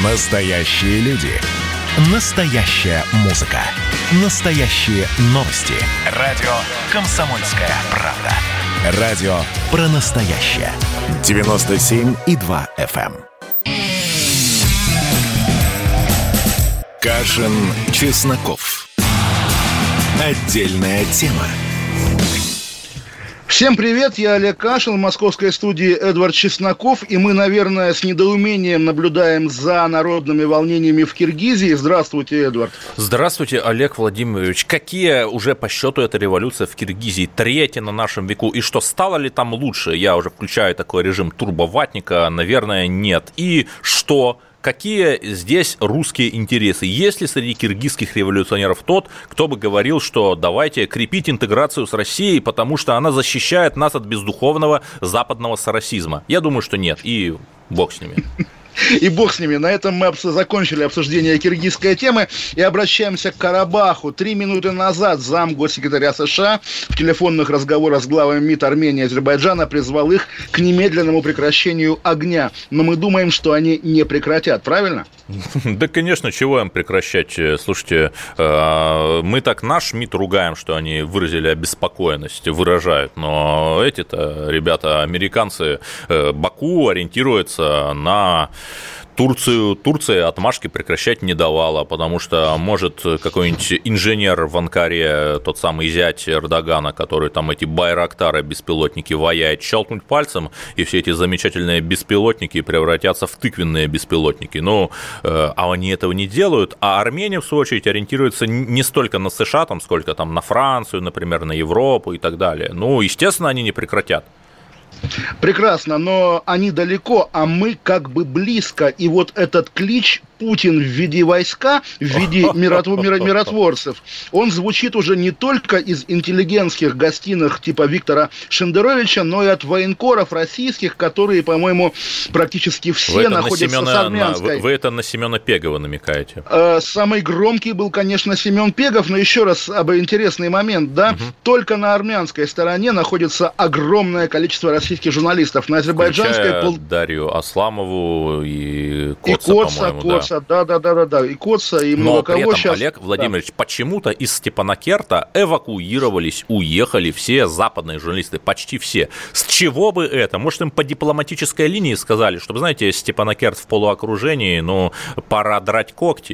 Настоящие люди. Настоящая музыка. Настоящие новости. Радио «Комсомольская правда». Радио про настоящее. 97,2 FM. Кашин, Чесноков. Отдельная тема. Всем привет, я Олег Кашин, в московской студии Эдвард Чесноков, и мы, наверное, с недоумением наблюдаем за народными волнениями в Киргизии. Здравствуйте, Эдвард. Здравствуйте, Олег Владимирович. Какие уже по счету эта революция в Киргизии? Третья на нашем веку. И что, стало ли там лучше? Я уже включаю такой режим турбоватника. Наверное, нет. И что? Какие здесь русские интересы? Есть ли среди киргизских революционеров тот, кто бы говорил, что давайте крепить интеграцию с Россией, потому что она защищает нас от бездуховного западного сарасизма? Я думаю, что нет, и бог с ними. И бог с ними. На этом мы закончили обсуждение киргизской темы и обращаемся к Карабаху. 3 минуты назад зам госсекретаря США в телефонных разговорах с главами МИД Армении и Азербайджана призвал их к немедленному прекращению огня. Но мы думаем, что они не прекратят, правильно? Да, конечно, чего им прекращать? Слушайте, мы так наш МИД ругаем, что они выразили обеспокоенность, выражают. Но эти-то ребята, американцы, Баку ориентируются на Турцию. Турция отмашки прекращать не давала, потому что может какой-нибудь инженер в Анкаре, тот самый зять Эрдогана, который там эти байрактары, беспилотники ваяет, щелкнуть пальцем, и все эти замечательные беспилотники превратятся в тыквенные беспилотники. Ну, а они этого не делают, а Армения, в свою очередь, ориентируется не столько на США, там, сколько там на Францию, например, на Европу и так далее. Ну, естественно, они не прекратят. Прекрасно, но они далеко, а мы как бы близко. И вот этот клич «Путин, введи войска», «введи миротворцев», он звучит уже не только из интеллигентских гостиных типа Виктора Шендеровича, но и от военкоров российских, которые, по-моему, практически все находятся с Армянской. Вы это на Семена Пегова намекаете? Самый громкий был, конечно, Семен Пегов, но еще раз об интересный момент, да, только на армянской стороне находится огромное количество российских журналистов, на азербайджанской... Дарью Асламову и Коца, по-моему, да, и Коца, и много кого. Но при этом, сейчас... Олег Владимирович, почему-то из Степанакерта эвакуировались, уехали все западные журналисты, почти все. С чего бы это? Может, им по дипломатической линии сказали, чтобы, знаете, Степанакерт в полуокружении, пора драть когти?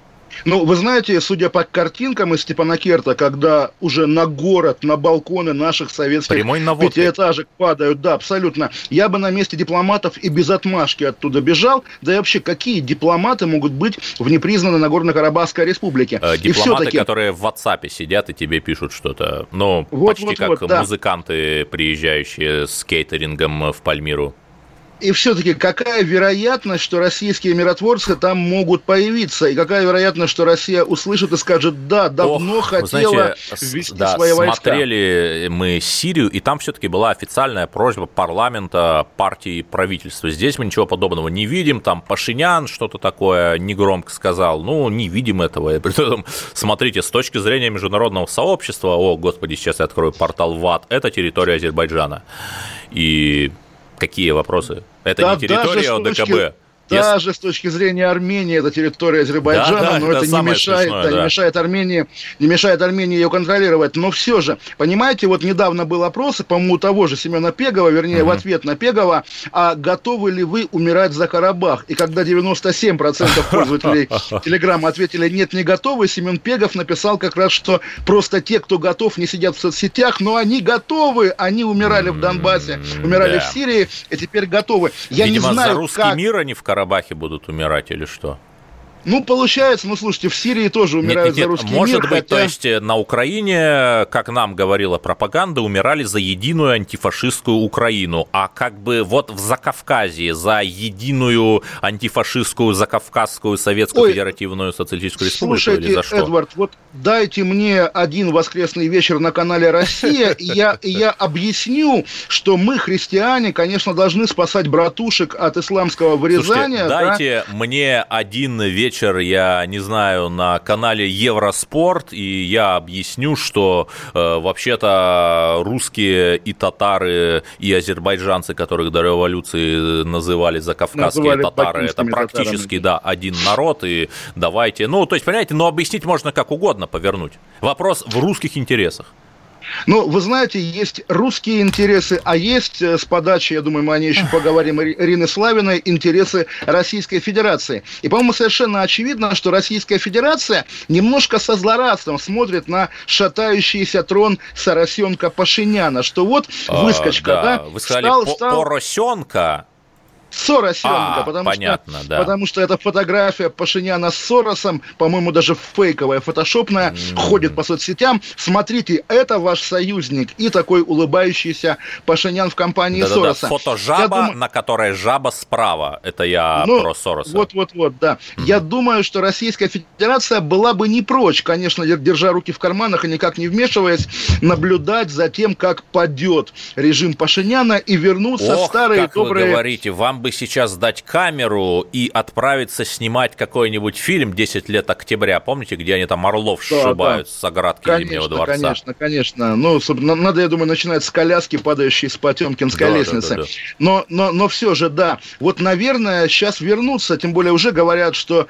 Ну, вы знаете, судя по картинкам из Степанакерта, когда уже на город, на балконы наших советских пятиэтажек падают, да, абсолютно, я бы на месте дипломатов и без отмашки оттуда бежал. Да и вообще, какие дипломаты могут быть в непризнанной Нагорно-Карабахской республике? Дипломаты, которые в WhatsApp сидят и тебе пишут что-то, почти как музыканты, приезжающие с кейтерингом в Пальмиру. И все-таки какая вероятность, что российские миротворцы там могут появиться? И какая вероятность, что Россия услышит и скажет, да, давно хотела ввести свои войска? Смотрели мы Сирию, и там все-таки была официальная просьба парламента, партии и правительства. Здесь мы ничего подобного не видим. Там Пашинян что-то такое негромко сказал. Не видим этого. И при этом, смотрите, с точки зрения международного сообщества, господи, сейчас я открою портал ВАД, это территория Азербайджана. И... Какие вопросы? Это не территория ОДКБ. Даже с точки зрения Армении это территория Азербайджана, но это не мешает Армении ее контролировать. Но все же, понимаете, вот недавно был опрос, по-моему, того же Семена Пегова, вернее, в ответ на Пегова, а готовы ли вы умирать за Карабах? И когда 97% пользователей Телеграма ответили нет, не готовы, Семен Пегов написал как раз, что просто те, кто готов, не сидят в соцсетях, но они готовы, они умирали в Донбассе, умирали в Сирии, и теперь готовы. Я Видимо, не знаю, за русский мир они в Карабахе будут умирать или что? Получается, слушайте, в Сирии тоже умирают за русский мир. Может быть, то есть на Украине, как нам говорила пропаганда, умирали за единую антифашистскую Украину, а как бы вот в Закавказье за единую антифашистскую Закавказскую Советскую Федеративную Социалистическую Республику, слушайте, или за что? Эдвард, вот дайте мне один воскресный вечер на канале «Россия», и я объясню, что мы, христиане, конечно, должны спасать братушек от исламского вырезания. Слушайте, дайте мне один вечер вечер, я не знаю, на канале Евроспорт, и я объясню, что вообще-то русские и татары, и азербайджанцы, которых до революции называли закавказские татары, это практически, да, один народ, и давайте, ну, то есть, понимаете, но объяснить можно как угодно повернуть. Вопрос в русских интересах. Ну, вы знаете, есть русские интересы, а есть с подачи, я думаю, мы о ней еще поговорим, Ирины Славиной, интересы Российской Федерации. И, по-моему, совершенно очевидно, что Российская Федерация немножко со злорадством смотрит на шатающийся трон Соросенка Пашиняна, что вот выскочка, да? Вы сказали Поросенка. Соросенко, потому что эта фотография Пашиняна с Соросом, по-моему, даже фейковая, фотошопная, ходит по соцсетям. Смотрите, это ваш союзник. И такой улыбающийся Пашинян в компании Сороса. Фотожаба, на которой жаба справа. Это я про Сороса. Вот, да. Я думаю, что Российская Федерация была бы не прочь, конечно, держа руки в карманах и никак не вмешиваясь, наблюдать за тем, как падет режим Пашиняна и вернутся старые как добрые... Вы говорите, вам бы сейчас дать камеру и отправиться снимать какой-нибудь фильм «10 лет октября». Помните, где они там орлов сшибают с оградки Зимнего дворца? Конечно. Ну, надо, я думаю, начинать с коляски, падающей с Потемкинской лестницы. Да. Но все же, да. Вот, наверное, сейчас вернуться, тем более уже говорят, что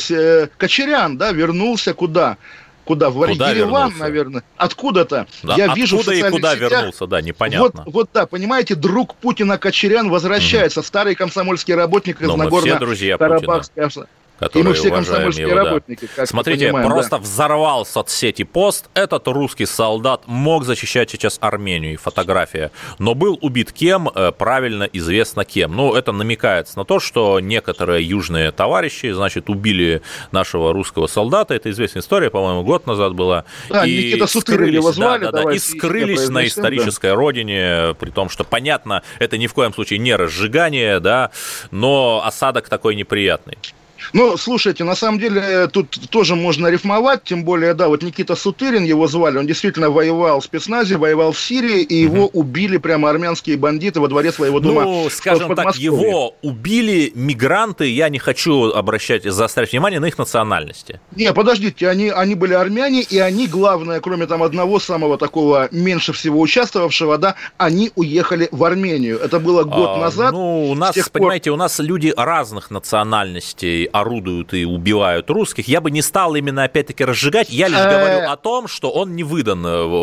Кочерян, да, вернулся куда? В Ереван, наверное, откуда-то. Да, я вижу в социальных куда сетях, вернулся, да, непонятно. Вот, да, понимаете, друг Путина Кочерян возвращается, старый комсомольский работник из Нагорно-Карабахской. И мы все комсомольские работники. Да. Смотрите, просто взорвал соцсети пост. Этот русский солдат мог защищать сейчас Армению, фотография. Но был убит кем? Правильно известно кем. Ну, это намекается на то, что некоторые южные товарищи, значит, убили нашего русского солдата. Это известная история, по-моему, год назад была. Да, и Никита Сутырин его звали. И скрылись на исторической родине, при том, что, понятно, это ни в коем случае не разжигание, да, но осадок такой неприятный. Ну, слушайте, на самом деле тут тоже можно рифмовать, тем более, да, вот Никита Сутырин его звали, он действительно воевал в спецназе, воевал в Сирии, и его убили прямо армянские бандиты во дворе своего дома. Ну, скажем так, его убили мигранты, я не хочу заострять внимание на их национальности. Не, подождите, они были армяне, и они, главное, кроме там одного самого такого меньше всего участвовавшего, да, они уехали в Армению. Это было год назад. Ну, у нас, понимаете, у нас люди разных национальностей орудуют и убивают русских. Я бы не стал именно, опять-таки, разжигать. Я лишь говорю о том, что он не выдан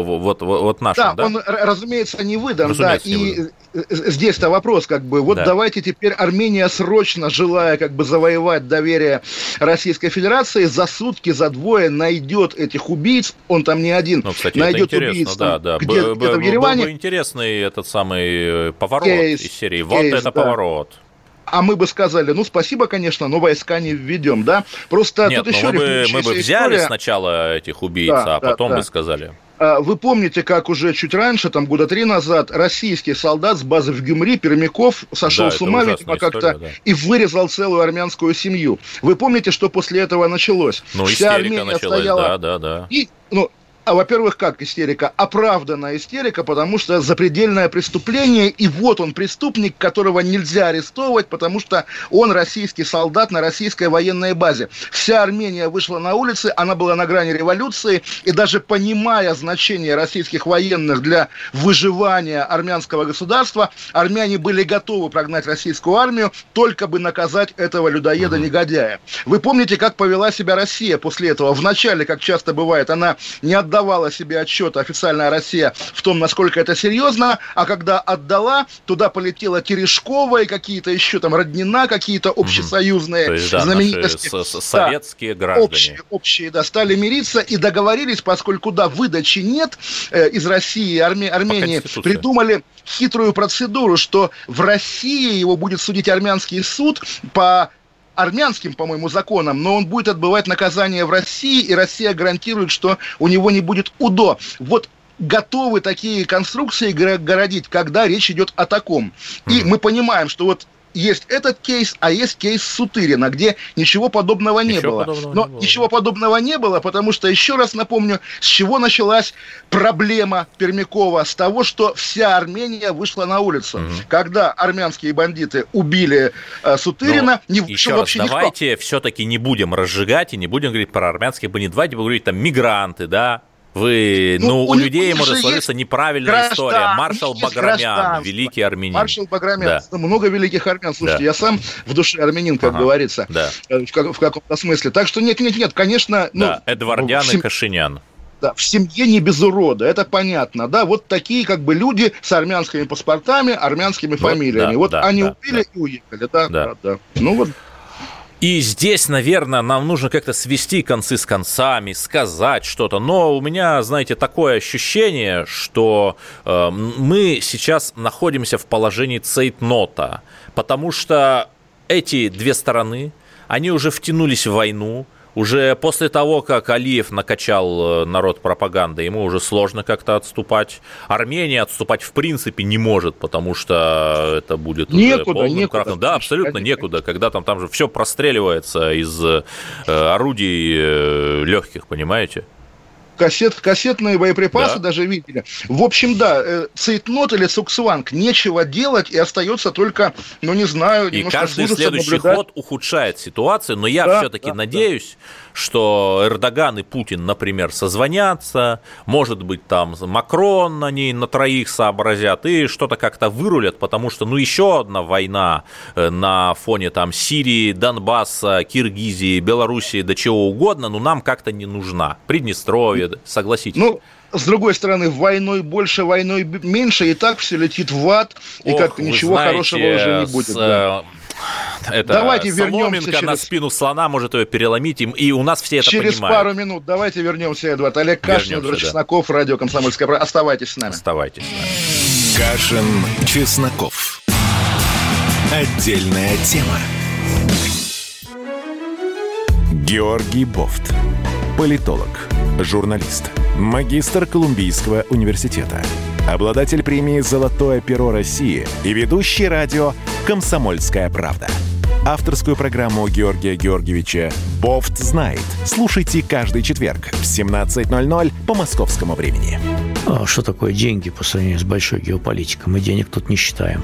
вот нашим. Да, он, разумеется, не выдан. И здесь-то вопрос, давайте теперь Армения срочно, желая завоевать доверие Российской Федерации, за сутки, за двое найдет этих убийц, он там не один, кстати, найдет убийц где-то в Ереване. Был бы интересный этот самый поворот из серии. Поворот. А мы бы сказали, спасибо, конечно, но войска не введем, да? Просто нет, тут еще мы бы взяли сначала этих убийц, потом бы сказали. Вы помните, как уже чуть раньше, там года 3 назад, российский солдат с базы в Гюмри, Пермяков, сошел с ума, видимо, как-то и вырезал целую армянскую семью. Вы помните, что после этого началось? Вся истерика началась, стояла... да. Во-первых, как истерика? Оправданная истерика, потому что запредельное преступление, и вот он преступник, которого нельзя арестовывать, потому что он российский солдат на российской военной базе. Вся Армения вышла на улицы, она была на грани революции, и даже понимая значение российских военных для выживания армянского государства, армяне были готовы прогнать российскую армию, только бы наказать этого людоеда-негодяя. Вы помните, как повела себя Россия после этого? Вначале, как часто бывает, она не отдавала себе отчет, официальная Россия, в том, насколько это серьезно, а когда отдала, туда полетела Терешкова и какие-то еще там Роднина, какие-то общесоюзные знаменитости. Наши советские граждане. Общие, стали мириться и договорились, поскольку, выдачи нет из России, Армении придумали хитрую процедуру, что в России его будет судить армянский суд по армянским, по-моему, законам, но он будет отбывать наказание в России, и Россия гарантирует, что у него не будет УДО. Вот готовы такие конструкции городить, когда речь идет о таком. И мы понимаем, что есть этот кейс, а есть кейс Сутырина, где ничего подобного не было. Но ничего подобного не было, потому что, еще раз напомню, с чего началась проблема Пермякова? С того, что вся Армения вышла на улицу. Когда армянские бандиты убили Сутырина, не вышел вообще никто. Давайте все-таки не будем разжигать и не будем говорить про армянских бандитов. Давайте будем говорить там мигранты, да? У людей может сложиться неправильная история. Маршал Баграмян, великий армянин. Маршал Баграмян, да. Много великих армян. Слушайте, да. Я сам в душе армянин, как говорится, да. в каком-то смысле. Так что нет, конечно... Да, Эдвардян и Кашинян. Да, в семье не без урода, это понятно, да, вот такие как бы люди с армянскими паспортами, армянскими фамилиями, они убили и уехали, да. Ну вот. И здесь, наверное, нам нужно как-то свести концы с концами, сказать что-то. Но у меня, знаете, такое ощущение, что мы сейчас находимся в положении цейтнота, потому что эти две стороны, они уже втянулись в войну. Уже после того, как Алиев накачал народ пропагандой, ему уже сложно как-то отступать. Армения отступать в принципе не может, потому что это будет уже полным крахом. Да, абсолютно некуда, когда там же все простреливается из орудий легких, понимаете? Кассетные боеприпасы даже видели. В общем, да, цейтнот или цукцванг, нечего делать, и остается только, не знаю, и каждый следующий ход ухудшает ситуацию, но я все-таки надеюсь, что Эрдоган и Путин, например, созвонятся, может быть, там Макрон они на троих сообразят и что-то как-то вырулят, потому что, еще одна война на фоне там Сирии, Донбасса, Киргизии, Белоруссии, да чего угодно, нам как-то не нужна. Приднестровье, согласитесь. С другой стороны, войной больше, войной меньше, и так все летит в ад, и как-то ничего хорошего уже не будет. Давайте соломинка на спину слона может ее переломить, и у нас все это понимают. Через пару минут давайте вернемся, Эдвард. Олег Кашин, Эдвард Чесноков, радио «Комсомольская правда». Оставайтесь с нами. Оставайтесь с нами. Кашин, Чесноков. Отдельная тема. Георгий Бофт. Политолог, журналист, магистр Колумбийского университета, обладатель премии «Золотое перо России» и ведущий радио «Комсомольская правда». Авторскую программу Георгия Георгиевича «Бофт знает». Слушайте каждый четверг в 17:00 по московскому времени. А что такое деньги по сравнению с большой геополитикой? Мы денег тут не считаем.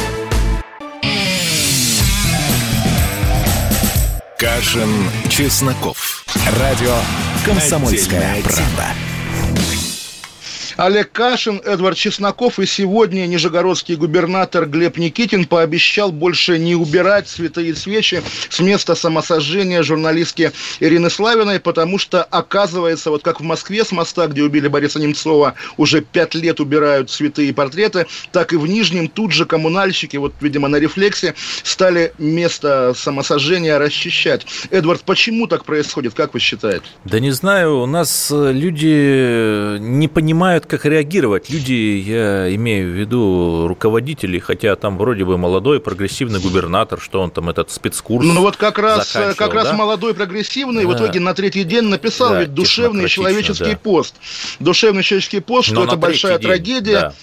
Кашин, Чесноков. Радио «Комсомольская правда». Олег Кашин, Эдвард Чесноков, и сегодня нижегородский губернатор Глеб Никитин пообещал больше не убирать святые свечи с места самосожжения журналистки Ирины Славиной, потому что, оказывается, вот как в Москве с моста, где убили Бориса Немцова, уже 5 лет убирают святые портреты, так и в Нижнем тут же коммунальщики, видимо, на рефлексе, стали место самосожжения расчищать. Эдвард, почему так происходит, как вы считаете? Да не знаю, у нас люди не понимают, как реагировать. Люди, я имею в виду руководители, хотя там вроде бы молодой прогрессивный губернатор, что он там этот спецкурс как раз молодой прогрессивный в итоге на третий день написал ведь душевный человеческий пост. Душевный человеческий пост, что это большая трагедия.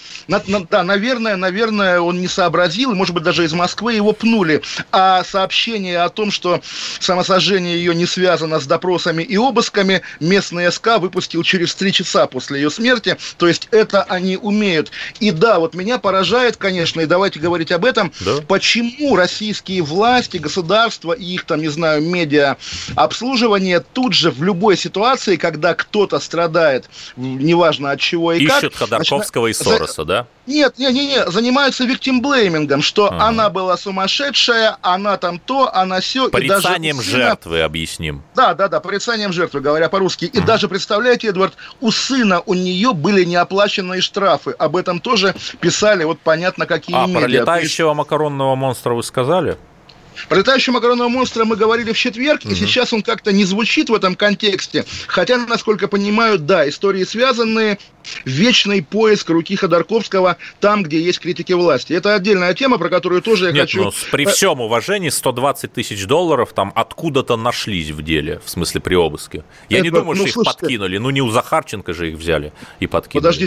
Наверное, он не сообразил, может быть, даже из Москвы его пнули. А сообщение о том, что самосожжение ее не связано с допросами и обысками, местный СК выпустил через 3 часа после ее смерти. То есть это они умеют. И да, меня поражает, конечно, и давайте говорить об этом, почему российские власти, государства и их медиа обслуживание тут же в любой ситуации, когда кто-то страдает, неважно от чего и как. Ищут Ходорковского и Сороса, да? Нет, занимаются victim-blaming, что она была сумасшедшая, она там то, она сё. Порицанием жертвы, объясним. Да, порицанием жертвы, говоря по-русски. И даже, представляете, Эдвард, у сына, у нее были неоплаченные штрафы. Об этом тоже писали, понятно, какие медиа. Про летающего макаронного монстра вы сказали? Про летающего макаронного монстра мы говорили в четверг, и сейчас он как-то не звучит в этом контексте. Хотя, насколько понимаю, да, истории связанные, вечный поиск руки Ходорковского там, где есть критики власти. Это отдельная тема, про которую тоже я хочу... при всем уважении, $120 тысяч там откуда-то нашлись в деле, в смысле при обыске. Я не думаю, что их подкинули. Не у Захарченко же их взяли и подкинули.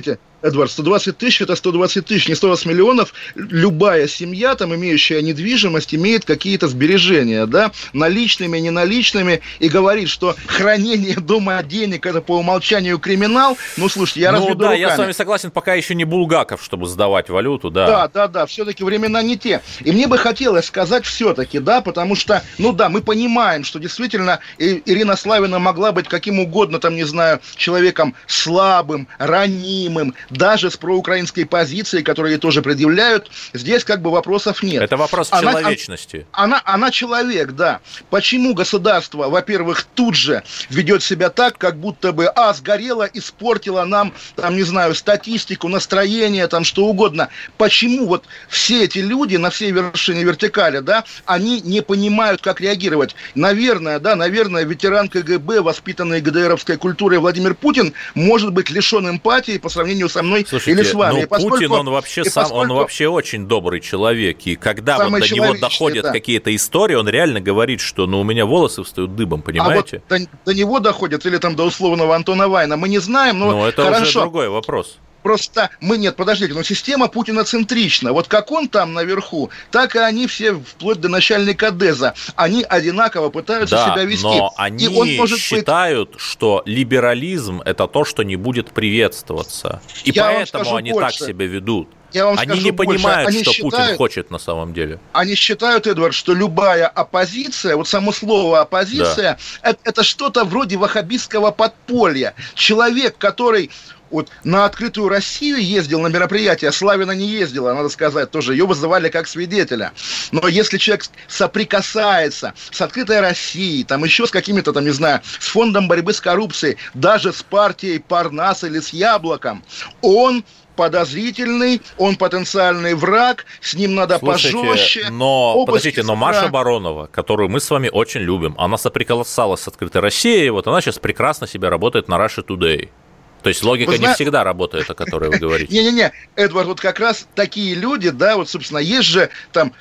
Эдвард, 120 тысяч – это 120 тысяч, не 120 миллионов. Любая семья, там, имеющая недвижимость, имеет какие-то сбережения, да, наличными, неналичными, и говорит, что хранение дома денег – это по умолчанию криминал. Ну, слушайте, я разведу руками. Я с вами согласен, пока еще не Булгаков, чтобы сдавать валюту, да. Да, все-таки времена не те. И мне бы хотелось сказать все-таки, да, потому что, мы понимаем, что действительно Ирина Славина могла быть каким угодно, там, не знаю, человеком слабым, ранимым, даже с проукраинской позицией, которые ей тоже предъявляют, здесь как бы вопросов нет. Это вопрос человечности. Она человек, да. Почему государство, во-первых, тут же ведет себя так, как будто бы, сгорело, испортило нам, там, не знаю, статистику, настроение, там, что угодно. Почему вот все эти люди на всей вершине вертикали, да, они не понимают, как реагировать? Наверное, ветеран КГБ, воспитанный ГДРовской культурой Владимир Путин, может быть лишен эмпатии по сравнению со мной. Слушайте, или с вами. Путин, он вообще очень добрый человек, и когда вот до него доходят какие-то истории, он реально говорит, что у меня волосы встают дыбом, понимаете? А вот до него доходят, или там до условного Антона Вайна, мы не знаем, но это хорошо. Уже другой вопрос. Просто подождите, система путиноцентрична. Вот как он там наверху, так и они все, вплоть до начальника ДЭЗа, они одинаково пытаются себя вести. Но они считают, что либерализм – это то, что не будет приветствоваться. И поэтому они так себя ведут. Они не понимают, что Путин хочет на самом деле. Они считают, Эдвард, что любая оппозиция, вот само слово оппозиция, это что-то вроде ваххабистского подполья. Человек, который вот на открытую Россию ездил на мероприятие, Славина не ездила, надо сказать, тоже ее вызывали как свидетеля. Но если человек соприкасается с открытой Россией, там еще с какими-то, там, не знаю, с фондом борьбы с коррупцией, даже с партией Парнас или с Яблоком, он подозрительный, он потенциальный враг, с ним надо пожестче. Но Маша Баронова, которую мы с вами очень любим, она соприкасалась с открытой Россией, вот она сейчас прекрасно себя работает на Russia Today. То есть логика не всегда работает, о которой вы говорите. Не-не-не, Эдвард, вот как раз такие люди, да, вот, собственно, есть же там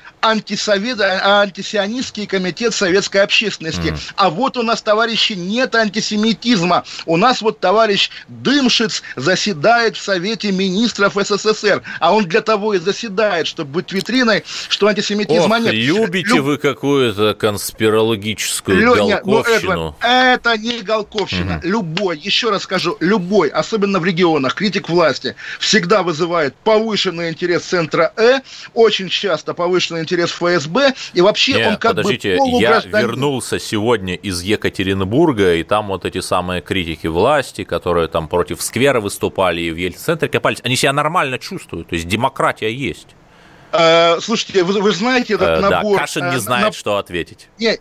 антисионистский комитет советской общественности. А вот у нас, товарищи, нет антисемитизма. У нас вот товарищ Дымшиц заседает в Совете министров СССР. А он для того и заседает, чтобы быть витриной, что антисемитизма нет. Любите вы какую-то конспирологическую голковщину. Эдвард, это не голковщина. Любой, еще раз скажу, любой, особенно в регионах, критик власти всегда вызывает повышенный интерес центра очень часто повышенный интерес ФСБ, и вообще он как бы полугражданин. Я вернулся сегодня из Екатеринбурга, и там вот эти самые критики власти, которые там против сквера выступали и в Ельцин-центре копались, они себя нормально чувствуют, то есть демократия есть. Слушайте, вы знаете этот набор... Да, Кашин не знает, что ответить. Я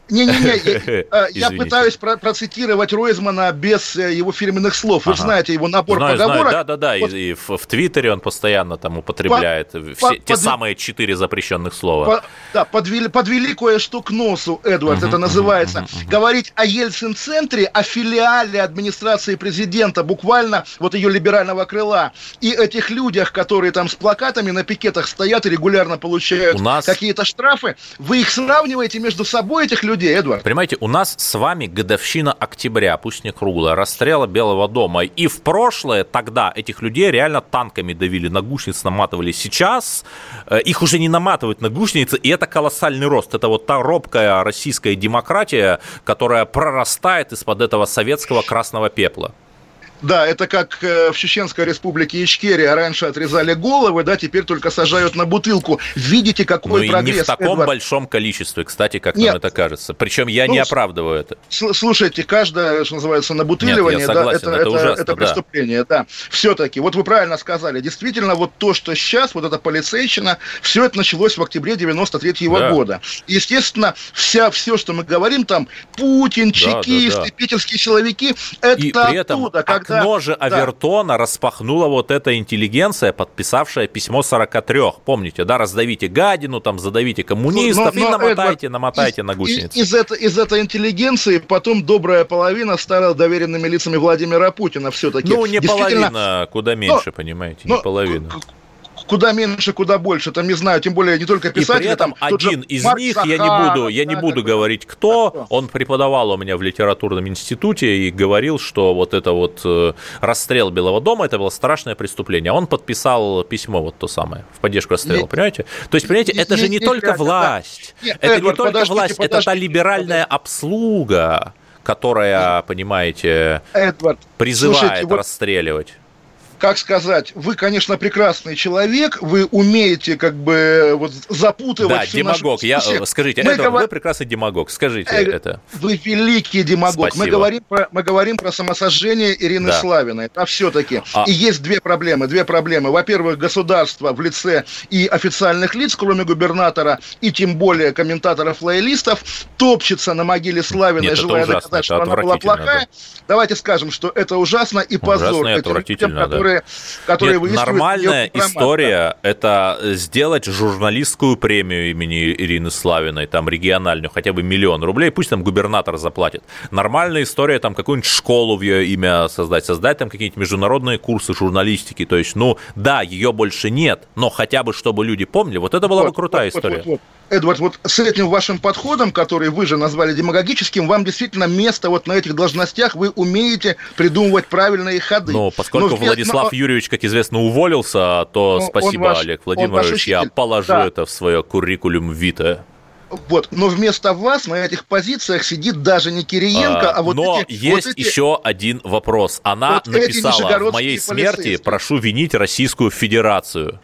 пытаюсь процитировать Ройзмана без его фирменных слов. Вы знаете его набор поговорок. Да, вот. И в Твиттере он постоянно там употребляет те самые 4 запрещенных слова. Подвели кое-что к носу, Эдвард, это называется. Говорить о Ельцин-центре, о филиале администрации президента, буквально вот ее либерального крыла, и этих людях, которые там с плакатами на пикетах стоят и регулярно получают какие-то штрафы. Вы их сравниваете между собой, этих людей, Эдвард? Понимаете, у нас с вами годовщина октября, пусть не круглая, расстрела Белого дома. И в прошлое тогда этих людей реально танками давили, на гусеницы наматывали. Сейчас их уже не наматывают на гусеницы, и это колоссальный рост. Это вот та робкая российская демократия, которая прорастает из-под этого советского красного пепла. Да, это как в Чеченской республике Ичкерия раньше отрезали головы, да, теперь только сажают на бутылку. Видите, какой прогресс. Не в таком большом количестве, кстати, как нам это кажется. Причем я не оправдываю это. Слушайте, каждое, что называется, набутыливание, я согласен, да, это преступление, да. Все-таки, вот вы правильно сказали, действительно, вот то, что сейчас, вот эта полицейщина, все это началось в октябре 93-го года. Естественно, все, что мы говорим, там, Путин, чекисты, питерские силовики, это и при этом оттуда, когда... Окно же Авертона распахнула вот эта интеллигенция, подписавшая письмо 43. Помните, да, раздавите гадину, там, задавите коммунистов и намотайте на гусеницы. Из этой интеллигенции потом добрая половина стала доверенными лицами Владимира Путина все-таки. Ну, не половина, куда меньше, понимаете, не половина. куда меньше, куда больше, там, не знаю, тем более не только писатели. И при этом там, один из них, Захаров, я не буду говорить, кто, он преподавал у меня в литературном институте и говорил, что вот это вот расстрел Белого дома, это было страшное преступление. Он подписал письмо вот то самое, в поддержку расстрела, понимаете? То есть, понимаете, это же не только власть, это не только власть, это та либеральная обслуга, которая, понимаете, призывает расстреливать. Как сказать, вы, конечно, прекрасный человек, вы умеете как бы вот запутывать. Да, демагог. Скажите, Эдвард, вы прекрасный демагог, скажите это. Вы великий демагог. Мы говорим про самосожжение Ирины Славиной. А все-таки. И есть две проблемы. Во-первых, государство в лице и официальных лиц, кроме губернатора, и тем более комментаторов-лоялистов, топчется на могиле Славиной, желая доказать, что она была плохая. Да. Давайте скажем, что это ужасно и позор. Ужасно и отвратительно, да. Нет, нормальная история – это сделать журналистскую премию имени Ирины Славиной, там региональную, хотя бы 1 миллион рублей, пусть там губернатор заплатит. Нормальная история, там какую-нибудь школу в ее имя создать там какие-нибудь международные курсы журналистики, то есть, да, ее больше нет, но хотя бы, чтобы люди помнили, вот это была бы крутая история. Эдвард, вот с этим вашим подходом, который вы же назвали демагогическим, вам действительно место вот на этих должностях, вы умеете придумывать правильные ходы. Но поскольку Владислав Юрьевич, как известно, уволился, то спасибо, Олег Владимирович, я положу это в свое куррикулум витэ. Вот, но вместо вас на этих позициях сидит даже не Кириенко, а вот но эти... есть вот эти... еще один вопрос. Она вот написала: в моей смерти прошу винить Российскую Федерацию.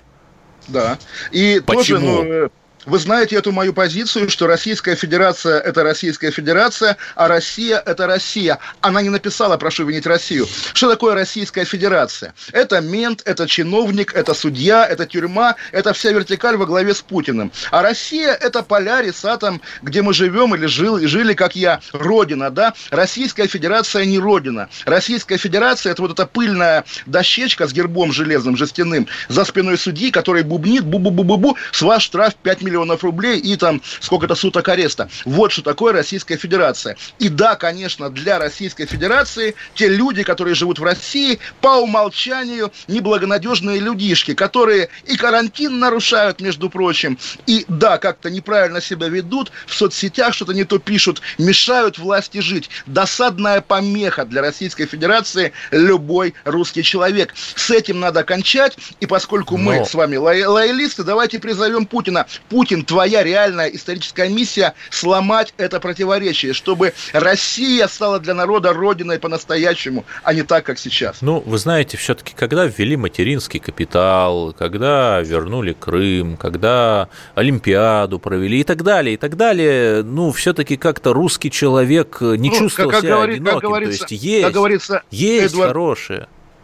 Да, и почему? Тоже, вы знаете эту мою позицию, что Российская Федерация – это Российская Федерация, а Россия – это Россия. Она не написала «прошу винить Россию». Что такое Российская Федерация? Это мент, это чиновник, это судья, это тюрьма, это вся вертикаль во главе с Путиным. А Россия – это Полярис, атом, где мы живем или жили, как я, родина, да? Российская Федерация не родина. Российская Федерация – это вот эта пыльная дощечка с гербом железным, жестяным, за спиной судьи, который бубнит, бу-бу-бу-бу-бу, с вас штраф 5 миллионов рублей и там сколько-то суток ареста. Вот что такое Российская Федерация. И да, конечно, для Российской Федерации те люди, которые живут в России, по умолчанию неблагонадежные людишки, которые и карантин нарушают, между прочим, и да, как-то неправильно себя ведут, в соцсетях что-то не то пишут, мешают власти жить. Досадная помеха для Российской Федерации любой русский человек. С этим надо кончать, и поскольку мы с вами лоялисты, давайте призовем Путина. Путин, твоя реальная историческая миссия – сломать это противоречие, чтобы Россия стала для народа родиной по-настоящему, а не так, как сейчас. Ну, вы знаете, все-таки, когда ввели материнский капитал, когда вернули Крым, когда Олимпиаду провели и так далее, ну, все-таки как-то русский человек не чувствовал себя одиноким. То есть есть Эдвард, хорошее.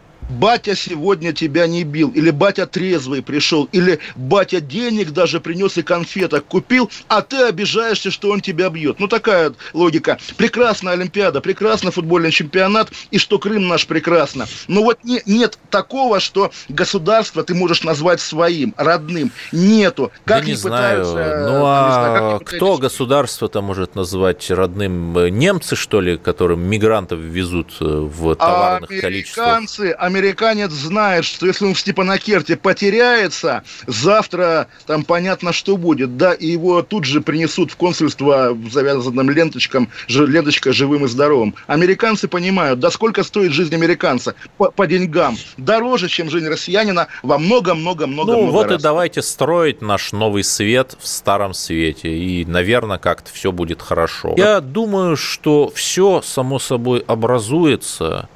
Батя сегодня тебя не бил, или батя трезвый пришел, или батя денег даже принес и конфеток купил, а ты обижаешься, что он тебя бьет. Ну, такая логика. Прекрасная Олимпиада, прекрасный футбольный чемпионат, и что Крым наш прекрасно. Но вот нет такого, что государство ты можешь назвать своим, родным. Нету. Как да не знаю. Ну, а кто государство-то может назвать родным? Немцы, что ли, которым мигрантов везут в товарных количествах? Американец знает, что если он в Степанакерте потеряется, завтра там понятно, что будет, да, и его тут же принесут в консульство завязанным ленточкой живым и здоровым. Американцы понимают, да сколько стоит жизнь американца по деньгам, дороже, чем жизнь россиянина во много-много-много раз. Ну вот и давайте строить наш новый свет в старом свете, и, наверное, как-то все будет хорошо. Я думаю, что все само собой образуется.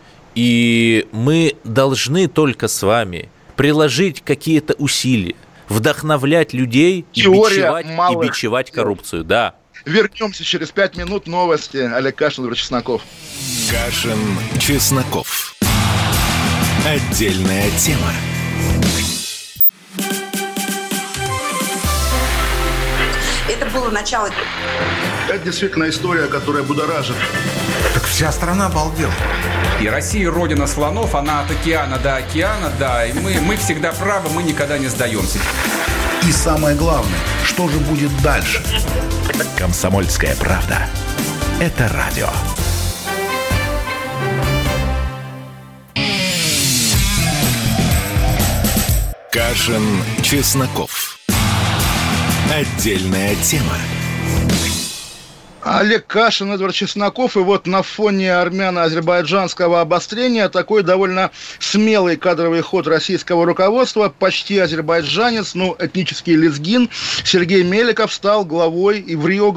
И мы должны только с вами приложить какие-то усилия, вдохновлять людей и бичевать коррупцию. Да. Вернемся через 5 минут. Новости. Олег Кашин, Владимир Чесноков. Кашин, Чесноков. Отдельная тема. Это было начало. Это действительно история, которая будоражит. Так вся страна обалдела. И Россия родина слонов, она от океана до океана, да. И мы всегда правы, мы никогда не сдаемся. И самое главное, что же будет дальше? Комсомольская правда. Это радио. Кашин, Чесноков. Отдельная тема. Олег Кашин, Эдвард Чесноков. И вот на фоне армяно-азербайджанского обострения такой довольно смелый кадровый ход российского руководства. Почти азербайджанец, этнический лезгин Сергей Меликов стал главой, и в Рио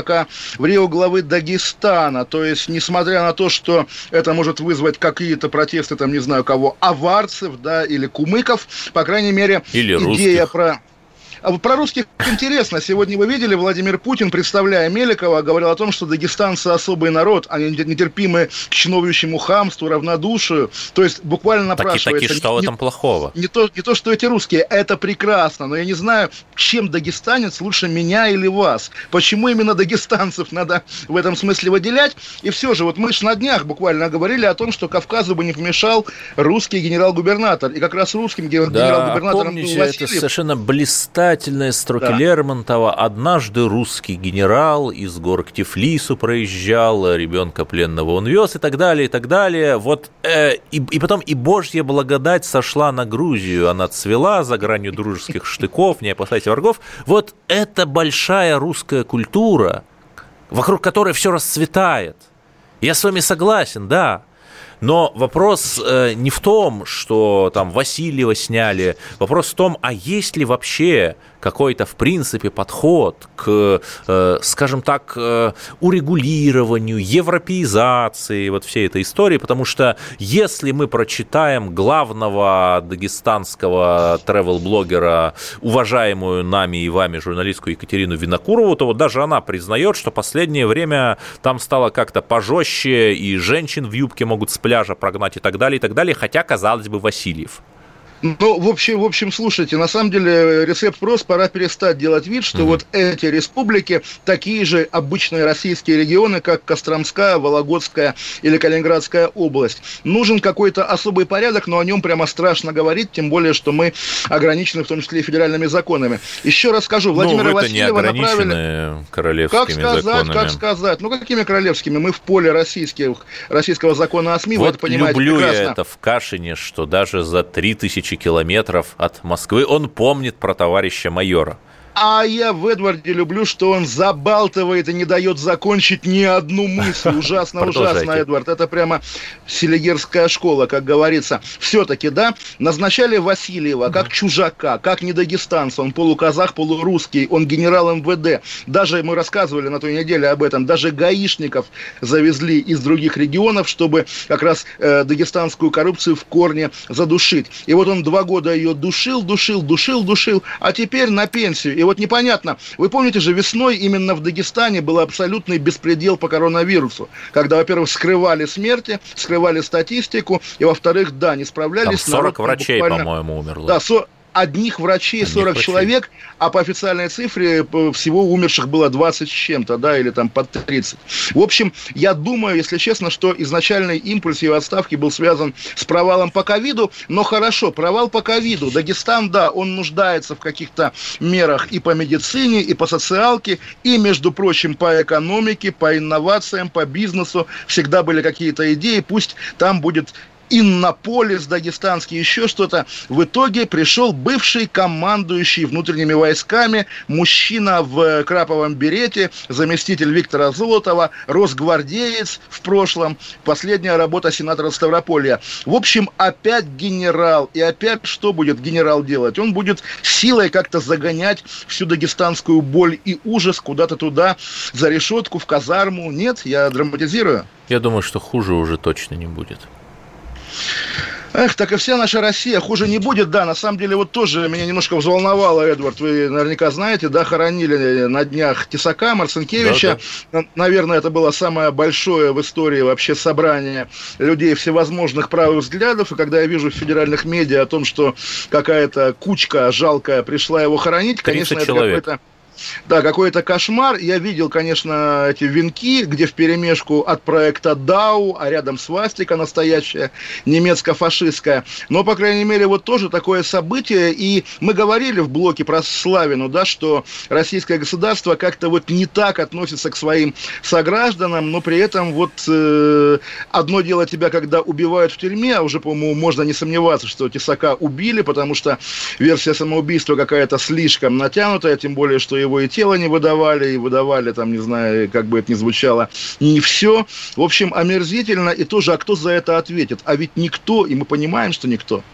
главы Дагестана. То есть, несмотря на то, что это может вызвать какие-то протесты, там, не знаю кого, аварцев, да, или кумыков, по крайней мере, или идея русских. Про русских интересно. Сегодня вы видели, Владимир Путин, представляя Меликова, говорил о том, что дагестанцы особый народ, они нетерпимы к чиновничьему хамству, равнодушию. То есть буквально напрашивается... Так что в этом плохого? Не то, что эти русские, это прекрасно, но я не знаю, чем дагестанец лучше меня или вас. Почему именно дагестанцев надо в этом смысле выделять? И все же, вот мы же на днях буквально говорили о том, что Кавказу бы не помешал русский генерал-губернатор. И как раз русским генерал-губернатором помните, был Васильев. это совершенно блистательные строки Лермонтова. Однажды русский генерал из гор к Тифлису проезжал, ребенка пленного он вез, и так далее, и так далее. Вот, и потом и Божья благодать сошла на Грузию, она цвела за гранью дружеских штыков, не опасайся врагов. Вот это большая русская культура, вокруг которой все расцветает. Я с вами согласен, да. Но вопрос не в том, что там Васильева сняли, вопрос в том, а есть ли вообще какой-то, в принципе, подход к, скажем так, урегулированию, европеизации вот всей этой истории, потому что если мы прочитаем главного дагестанского тревел-блогера, уважаемую нами и вами журналистку Екатерину Винокурову, то вот даже она признает, что последнее время там стало как-то пожестче, и женщин в юбке могут с пляжа прогнать и так далее, хотя, казалось бы, Васильев. Ну, в общем, слушайте, на самом деле рецепт прост, пора перестать делать вид, что вот эти республики такие же обычные российские регионы, как Костромская, Вологодская или Калининградская область. Нужен какой-то особый порядок, но о нем прямо страшно говорить, тем более, что мы ограничены в том числе и федеральными законами. Еще раз скажу, Владимира Васильева направили... королевскими законами. Как сказать? Ну, какими королевскими? Мы в поле российского закона о СМИ, вот вы это понимаете люблю прекрасно. Я это в Кашине, что даже за 3000 километров от Москвы он помнит про товарища майора. А я в Эдварде люблю, что он забалтывает и не дает закончить ни одну мысль. Ужасно, Эдвард. Это прямо селигерская школа, как говорится. Все-таки, да, назначали Васильева как чужака, как не дагестанца. Он полуказах, полурусский, он генерал МВД. Даже мы рассказывали на той неделе об этом. Даже гаишников завезли из других регионов, чтобы как раз дагестанскую коррупцию в корне задушить. И вот он 2 года ее душил, а теперь на пенсию. И вот непонятно, вы помните же, весной именно в Дагестане был абсолютный беспредел по коронавирусу, когда, во-первых, скрывали смерти, скрывали статистику, и, во-вторых, да, не справлялись. Там 40 врачей, буквально, по-моему, умерло. Да, одних врачей 40 человек, а по официальной цифре всего умерших было 20 с чем-то, да, или там под 30. В общем, я думаю, если честно, что изначальный импульс его отставки был связан с провалом по ковиду, но хорошо, провал по ковиду. Дагестан, да, он нуждается в каких-то мерах и по медицине, и по социалке, и, между прочим, по экономике, по инновациям, по бизнесу. Всегда были какие-то идеи, пусть там будет Иннополис дагестанский, еще что-то. В итоге пришел бывший командующий внутренними войсками, мужчина в краповом берете, заместитель Виктора Золотова, росгвардеец в прошлом, последняя работа сенатора Ставрополья. В общем, опять генерал. И опять что будет генерал делать? Он будет силой как-то загонять всю дагестанскую боль и ужас куда-то туда, за решетку, в казарму. Нет, я драматизирую. Я думаю, что хуже уже точно не будет. Эх, так и вся наша Россия хуже не будет, да, на самом деле вот тоже меня немножко взволновало, Эдвард, вы наверняка знаете, да, хоронили на днях Тесака, Марцинкевича, да. Наверное, это было самое большое в истории вообще собрание людей всевозможных правых взглядов, и когда я вижу в федеральных медиа о том, что какая-то кучка жалкая пришла его хоронить, конечно, это какой-то... какой-то кошмар. Я видел, конечно, эти венки, где вперемешку от проекта Дау, а рядом свастика настоящая, немецко-фашистская. Но, по крайней мере, вот тоже такое событие. И мы говорили в блоке про Славину, да, что российское государство как-то вот не так относится к своим согражданам, но при этом вот одно дело тебя, когда убивают в тюрьме, а уже, по-моему, можно не сомневаться, что Тесака убили, потому что версия самоубийства какая-то слишком натянутая, тем более, что его и тело не выдавали, и выдавали, там, не знаю, как бы это ни звучало, не все. В общем, омерзительно, и тоже, а кто за это ответит? А ведь никто, и мы понимаем, что никто.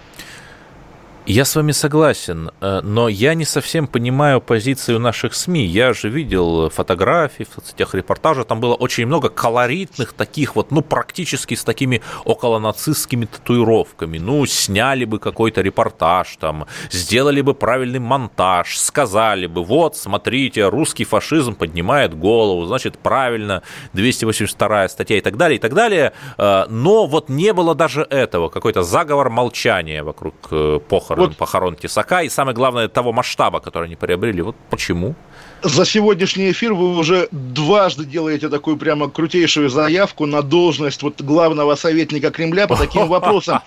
Я с вами согласен, но я не совсем понимаю позицию наших СМИ. Я же видел фотографии в соцсетях, репортажи, там было очень много колоритных таких вот, ну, практически с такими околонацистскими татуировками. Ну, сняли бы какой-то репортаж там, сделали бы правильный монтаж, сказали бы, вот, смотрите, русский фашизм поднимает голову, значит, правильно, 282 статья и так далее, и так далее. Но вот не было даже этого, какой-то заговор молчания вокруг похорон Тесака, и самое главное, того масштаба, который они приобрели. Вот почему? За сегодняшний эфир вы уже дважды делаете такую прямо крутейшую заявку на должность вот главного советника Кремля по таким вопросам.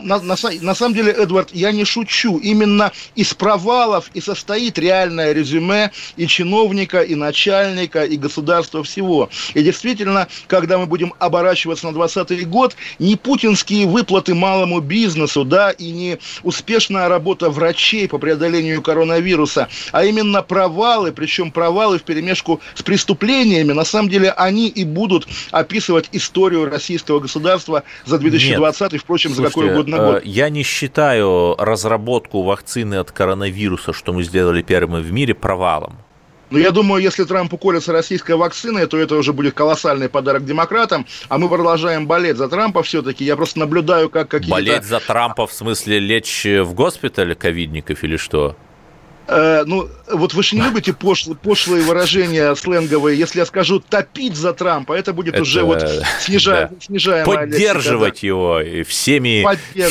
На самом деле, Эдвард, я не шучу. Именно из провалов и состоит реальное резюме и чиновника, и начальника, и государства всего. И действительно, когда мы будем оборачиваться на 2020 год, не путинские выплаты малому бизнесу, да, и не успешная работа врачей по преодолению коронавируса, а именно провалы, причем провалы вперемешку с преступлениями, на самом деле они и будут описывать историю российского государства за 2020 и, впрочем, слушайте, за какой угодно год. Я не считаю разработку вакцины от коронавируса, что мы сделали первыми в мире, провалом. Но я думаю, если Трамп уколется российской вакциной, то это уже будет колоссальный подарок демократам, а мы продолжаем болеть за Трампа все-таки. Я просто наблюдаю, как какие-то... Болеть за Трампа в смысле лечь в госпиталь ковидников или что? Ну, вот вы же не любите пошлые выражения сленговые. Если я скажу «топить за Трампа», это будет уже вот снижаемая поддерживать лексика, его всеми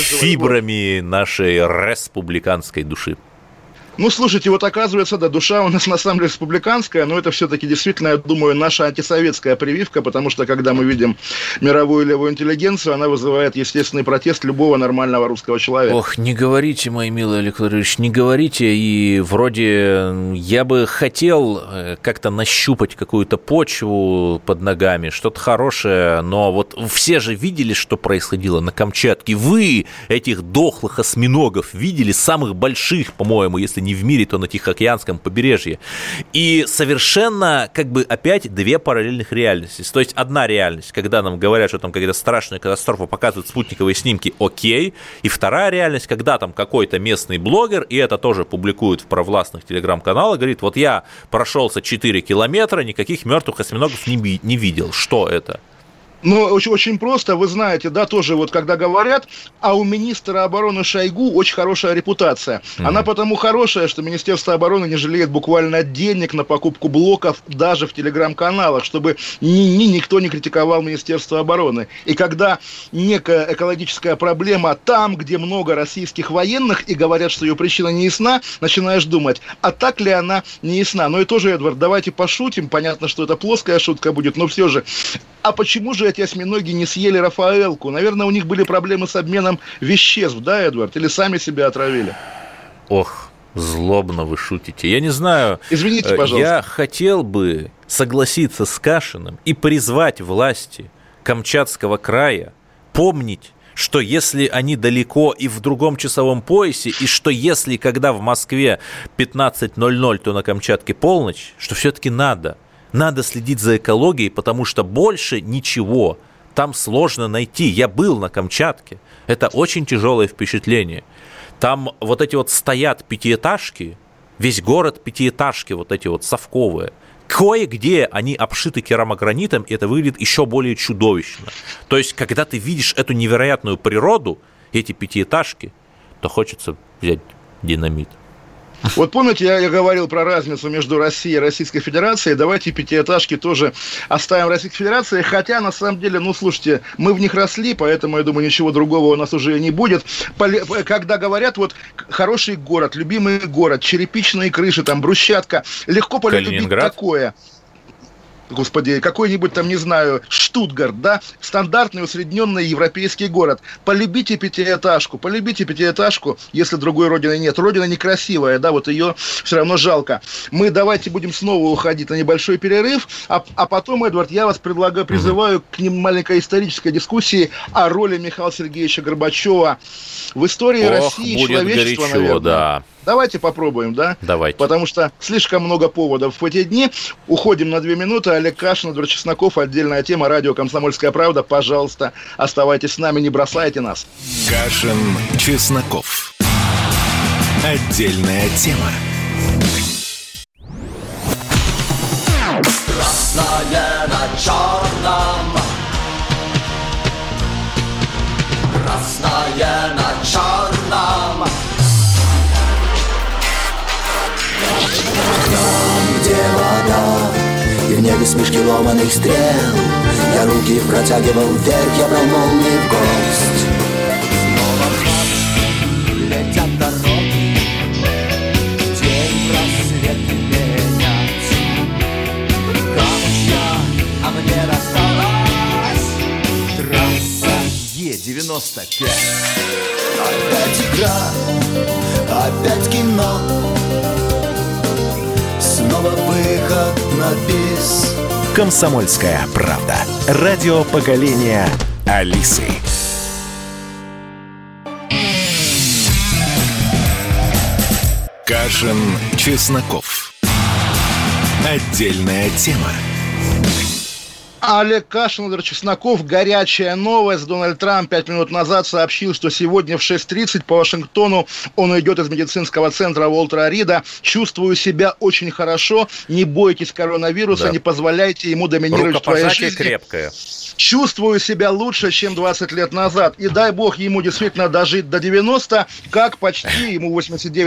фибрами нашей республиканской души. Ну, слушайте, вот оказывается, да, душа у нас на самом деле республиканская, но это все-таки действительно, я думаю, наша антисоветская прививка, потому что, когда мы видим мировую левую интеллигенцию, она вызывает естественный протест любого нормального русского человека. Ох, не говорите, мой милый Олег Владимирович, не говорите, и вроде я бы хотел как-то нащупать какую-то почву под ногами, что-то хорошее, но вот все же видели, что происходило на Камчатке. Вы этих дохлых осьминогов видели, самых больших, по-моему, если не в мире, то на Тихоокеанском побережье. И совершенно, как бы, опять две параллельных реальности. То есть одна реальность, когда нам говорят, что там какая-то страшная катастрофа, показывают спутниковые снимки, окей. И вторая реальность, когда там какой-то местный блогер, и это тоже публикует в провластных телеграм-каналах, говорит, вот я прошелся 4 километра, никаких мертвых осьминогов не видел. Что это? Ну, очень просто, вы знаете, да, тоже вот когда говорят, а у министра обороны Шойгу очень хорошая репутация. Она потому хорошая, что Министерство обороны не жалеет буквально денег на покупку блоков даже в телеграм-каналах, чтобы никто не критиковал Министерство обороны. И когда некая экологическая проблема там, где много российских военных, и говорят, что ее причина не ясна, начинаешь думать, а так ли она не ясна? Ну и тоже, Эдвард, давайте пошутим, понятно, что это плоская шутка будет, но все же, а почему же эти осьминоги не съели Рафаэлку? Наверное, у них были проблемы с обменом веществ, да, Эдвард? Или сами себя отравили? Ох, злобно вы шутите. Я не знаю. Извините, пожалуйста. Я хотел бы согласиться с Кашиным и призвать власти Камчатского края помнить, что если они далеко и в другом часовом поясе, и что если, когда в Москве 15:00, то на Камчатке полночь, что все-таки надо следить за экологией, потому что больше ничего там сложно найти. Я был на Камчатке. Это очень тяжелое впечатление. Там вот эти вот стоят пятиэтажки, весь город пятиэтажки, вот эти вот совковые. Кое-где они обшиты керамогранитом, и это выглядит еще более чудовищно. То есть, когда ты видишь эту невероятную природу, эти пятиэтажки, то хочется взять динамит. Вот помните, я говорил про разницу между Россией и Российской Федерацией. Давайте пятиэтажки тоже оставим в Российской Федерации. Хотя, на самом деле, слушайте, мы в них росли, поэтому, я думаю, ничего другого у нас уже не будет. Когда говорят, вот, хороший город, любимый город, черепичные крыши, там, брусчатка, легко полюбить такое. Господи, какой-нибудь там, не знаю, Штутгарт, да, стандартный усредненный европейский город. Полюбите пятиэтажку, если другой родины нет. Родина некрасивая, да, вот ее все равно жалко. Мы давайте будем снова уходить на небольшой перерыв, а потом, Эдвард, я вас призываю к маленькой исторической дискуссии о роли Михаила Сергеевича Горбачева в истории России и человечества, горячо, наверное. Да. Давайте попробуем, да? Давайте. Потому что слишком много поводов в эти дни. Уходим на 2 минуты. Олег Кашин, Эдвард Чесноков. Отдельная тема. Радио «Комсомольская правда». Пожалуйста, оставайтесь с нами, не бросайте нас. Кашин, Чесноков. Отдельная тема. Красное на черном. Красное на черном. Там, где вода, и в небе смешки ломаных стрел, я руки протягивал вверх, я брал молнии в гость. Снова в летят дороги, день рассвет менять. Камушья, а мне досталась трасса Е-95. Опять игра, опять кино. Снова выход на бис. «Комсомольская правда». Радио поколения Алисы. Кашин, Чесноков. Отдельная тема. Олег Кашин, Эдвард Чесноков. Горячая новость. Дональд Трамп 5 минут назад сообщил, что сегодня в 6:30 по Вашингтону он идет из медицинского центра Уолтера Рида. Чувствую себя очень хорошо. Не бойтесь коронавируса, да. Не позволяйте ему доминировать в твоей жизни. Крепкое. Чувствую себя лучше, чем 20 лет назад. И дай бог ему действительно дожить до 90, как почти, ему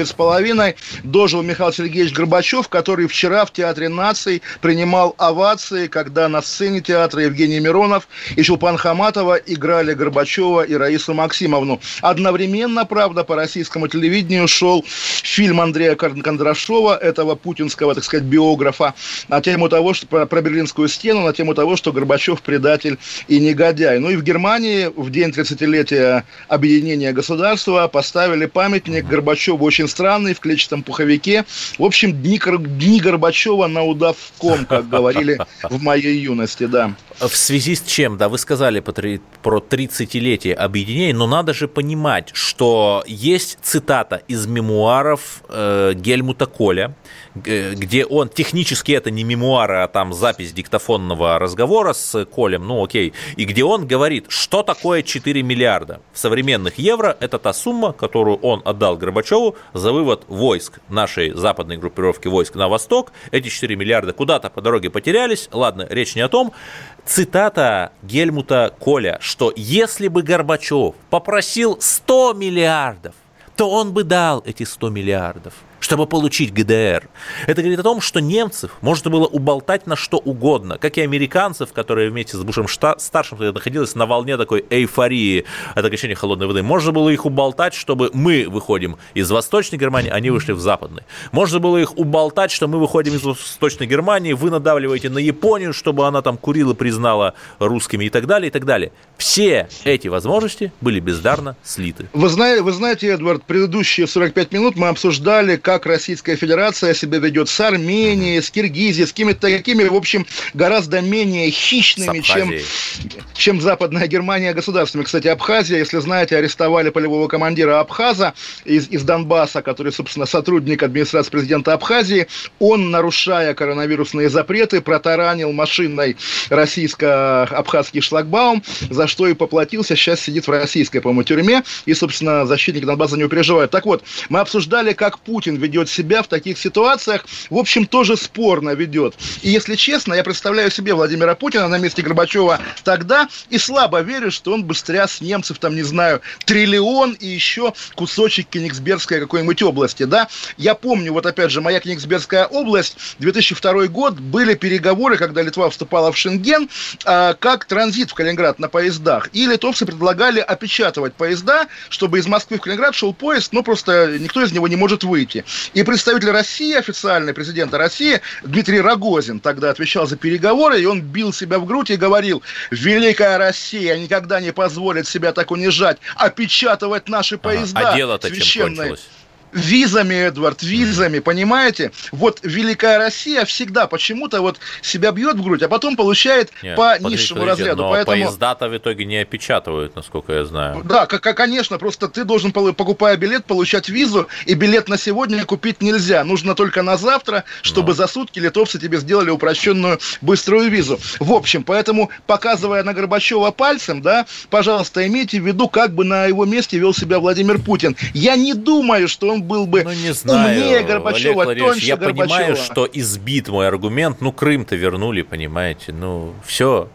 89,5, дожил Михаил Сергеевич Горбачев, который вчера в Театре наций принимал овации, когда на сцене театра Евгений Миронов и Чулпан Хаматова играли Горбачева и Раису Максимовну. Одновременно, правда, по российскому телевидению шел фильм Андрея Кондрашова, этого путинского, так сказать, биографа, на тему того, что про Берлинскую стену, на тему того, что Горбачев предатель и негодяй. Ну и в Германии в день 30-летия объединения государства поставили памятник Горбачеву очень странный, в клетчатом пуховике. В общем, дни Горбачева на удавком, как говорили в моей юности, да. В связи с чем, да, вы сказали про 30-летие объединения, но надо же понимать, что есть цитата из мемуаров Гельмута Коля, где он, технически это не мемуары, а там запись диктофонного разговора с Колем, ну окей, и где он говорит, что такое 4 миллиарда. В современных евро это та сумма, которую он отдал Горбачеву за вывод войск, нашей западной группировки войск на восток. Эти 4 миллиарда куда-то по дороге потерялись, ладно, речь не о том. Цитата Гельмута Коля, что если бы Горбачев попросил 100 миллиардов, то он бы дал эти 100 миллиардов, чтобы получить ГДР. Это говорит о том, что немцев можно было уболтать на что угодно, как и американцев, которые вместе с Бушем-старшим находились на волне такой эйфории от окончания холодной войны. Можно было их уболтать, чтобы мы выходим из Восточной Германии, они вышли в Западной. Можно было их уболтать, что мы выходим из Восточной Германии, вы надавливаете на Японию, чтобы она там Курилы признала русскими и так далее, и так далее. Все эти возможности были бездарно слиты. Вы знаете, Эдвард, предыдущие 45 минут мы обсуждали, как Российская Федерация себя ведет с Арменией, с Киргизией, с какими-то такими, в общем, гораздо менее хищными, чем Западная Германия государствами. Кстати, Абхазия, если знаете, арестовали полевого командира Абхаза из Донбасса, который, собственно, сотрудник администрации президента Абхазии. Он, нарушая коронавирусные запреты, протаранил машиной российско-абхазский шлагбаум, за что и поплатился. Сейчас сидит в российской, по-моему, тюрьме, и, собственно, защитники Донбасса не переживают. Так вот, мы обсуждали, как Путин ведет себя в таких ситуациях, в общем, тоже спорно ведет. И если честно, я представляю себе Владимира Путина на месте Горбачева тогда и слабо верю, что он бы стряс с немцев, там, не знаю, триллион и еще кусочек Кенигсбергской какой-нибудь области, да. Я помню, вот опять же, моя Кенигсбергская область, 2002 год, были переговоры, когда Литва вступала в Шенген, как транзит в Калининград на поездах. И литовцы предлагали опечатывать поезда, чтобы из Москвы в Калининград шел поезд, но просто никто из него не может выйти. И представитель России, официальный президента России, Дмитрий Рогозин, тогда отвечал за переговоры, и он бил себя в грудь и говорил: «Великая Россия никогда не позволит себя так унижать, опечатывать наши поезда». А дело-то чем кончилось? Визами, Эдвард, визами, понимаете? Вот Великая Россия всегда почему-то вот себя бьет в грудь, а потом получает по низшему разряду. Но поэтому... поезда-то в итоге не опечатывают, насколько я знаю. Да, конечно, просто ты должен, покупая билет, получать визу, и билет на сегодня купить нельзя. Нужно только на завтра, чтобы за сутки литовцы тебе сделали упрощенную быструю визу. В общем, поэтому, показывая на Горбачева пальцем, да, пожалуйста, имейте в виду, как бы на его месте вел себя Владимир Путин. Я не думаю, что он был бы умнее Горбачева, тоньше я Горбачева. Понимаю, что избит мой аргумент. Крым-то вернули, понимаете. Все.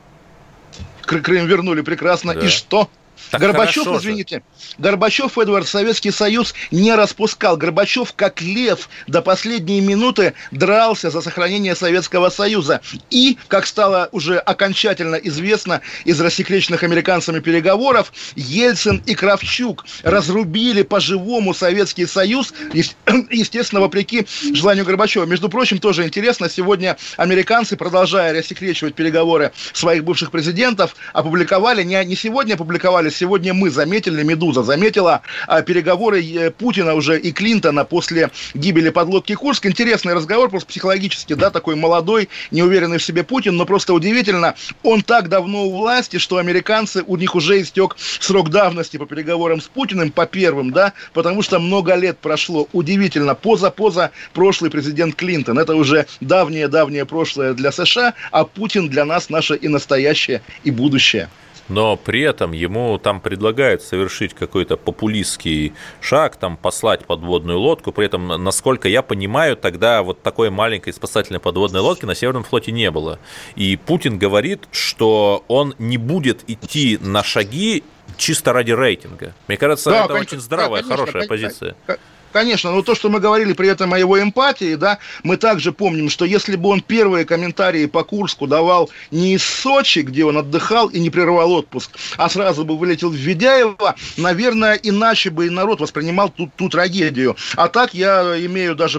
Крым вернули, прекрасно. Да. И что? Так Горбачев, извините, Горбачев, Эдвард, Советский Союз не распускал. Горбачев, как лев, до последней минуты дрался за сохранение Советского Союза. И, как стало уже окончательно известно из рассекреченных американцами переговоров, Ельцин и Кравчук разрубили по-живому Советский Союз, естественно, вопреки желанию Горбачева. Между прочим, тоже интересно, сегодня американцы, продолжая рассекречивать переговоры своих бывших президентов, опубликовали, не сегодня опубликовали, сегодня мы заметили, «Медуза» заметила переговоры Путина уже и Клинтона после гибели подлодки «Курск». Интересный разговор, просто психологически, да, такой молодой, неуверенный в себе Путин, но просто удивительно, он так давно у власти, что американцы, у них уже истек срок давности по переговорам с Путиным, по первым, да, потому что много лет прошло. Удивительно, прошлый президент Клинтон, это уже давнее прошлое для США, а Путин для нас наше и настоящее, и будущее. Но при этом ему там предлагают совершить какой-то популистский шаг, там послать подводную лодку. При этом, насколько я понимаю, тогда вот такой маленькой спасательной подводной лодки на Северном флоте не было. И Путин говорит, что он не будет идти на шаги чисто ради рейтинга. Мне кажется, это очень здравая, хорошая позиция. Конечно, но то, что мы говорили при этом о его эмпатии, да, мы также помним, что если бы он первые комментарии по Курску давал не из Сочи, где он отдыхал и не прервал отпуск, а сразу бы вылетел в Ведяево, наверное, иначе бы и народ воспринимал ту трагедию. А так я имею даже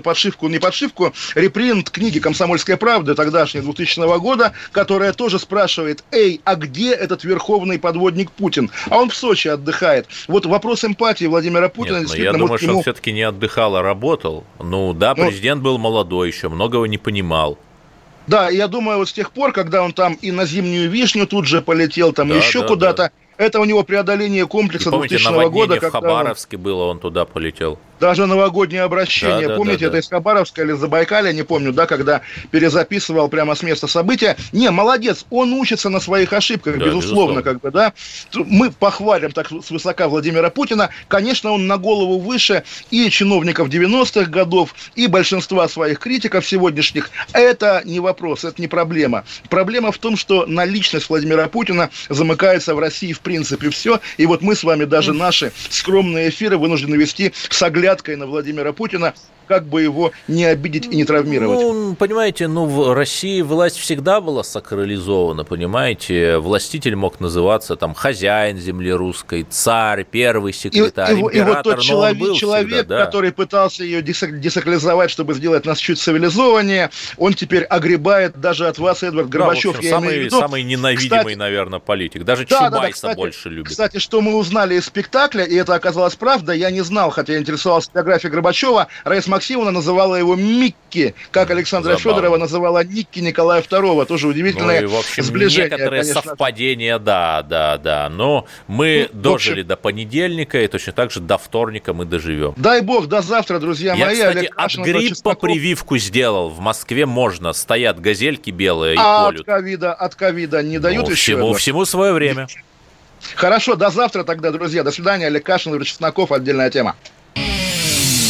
репринт книги «Комсомольская правда» тогдашней 2000 года, которая тоже спрашивает: а где этот верховный подводник Путин? А он в Сочи отдыхает. Вот вопрос эмпатии Владимира Путина действительно... Я думаю, что он все-таки не отдыхал, а работал. Президент был молодой еще, многого не понимал. Да, я думаю, вот с тех пор, когда он там и на Зимнюю Вишню тут же полетел, там еще куда-то, да. Это у него преодоление комплекса 2000 года. В Хабаровске было, он туда полетел. Даже новогоднее обращение, помните, это из Хабаровска или Забайкалья, не помню, да, когда перезаписывал прямо с места события. Не, молодец, он учится на своих ошибках, безусловно, как бы, да. Мы похвалим так свысока Владимира Путина. Конечно, он на голову выше и чиновников 90-х годов, и большинства своих критиков сегодняшних. Это не вопрос, это не проблема. Проблема в том, что на личность Владимира Путина замыкается в России в принципе все. И вот мы с вами даже наши скромные эфиры вынуждены вести с оглядкой на Владимира Путина, как бы его не обидеть и не травмировать. Понимаете, в России власть всегда была сакрализована, понимаете. Властитель мог называться там хозяин земли русской, царь, первый секретарь, император. И вот тот человек, который пытался ее десакрализовать, чтобы сделать нас чуть цивилизованнее, он теперь огребает даже от вас, Эдвард Горбачев. Самый ненавидимый, наверное, политик. Даже Чубайса больше любит. Кстати, что мы узнали из спектакля, и это оказалось правда, я не знал, хотя я интересовался биографией Горбачева, Раиса Максимовна называла его Микки, как Александра Федорова называла Никки Николая II. Тоже удивительное сближение. Некоторые совпадения, да. Но мы дожили до понедельника, и точно так же до вторника мы доживем. Дай бог, до завтра, друзья мои. Я, кстати, от гриппа прививку сделал. В Москве можно. Стоят газельки белые и колют. От ковида не дают еще? Всему свое время. Хорошо, до завтра тогда, друзья. До свидания. Олег Кашин, Юрий Чесноков. Отдельная тема.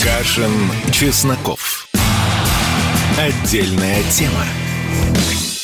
Кашин, Чесноков. Отдельная тема.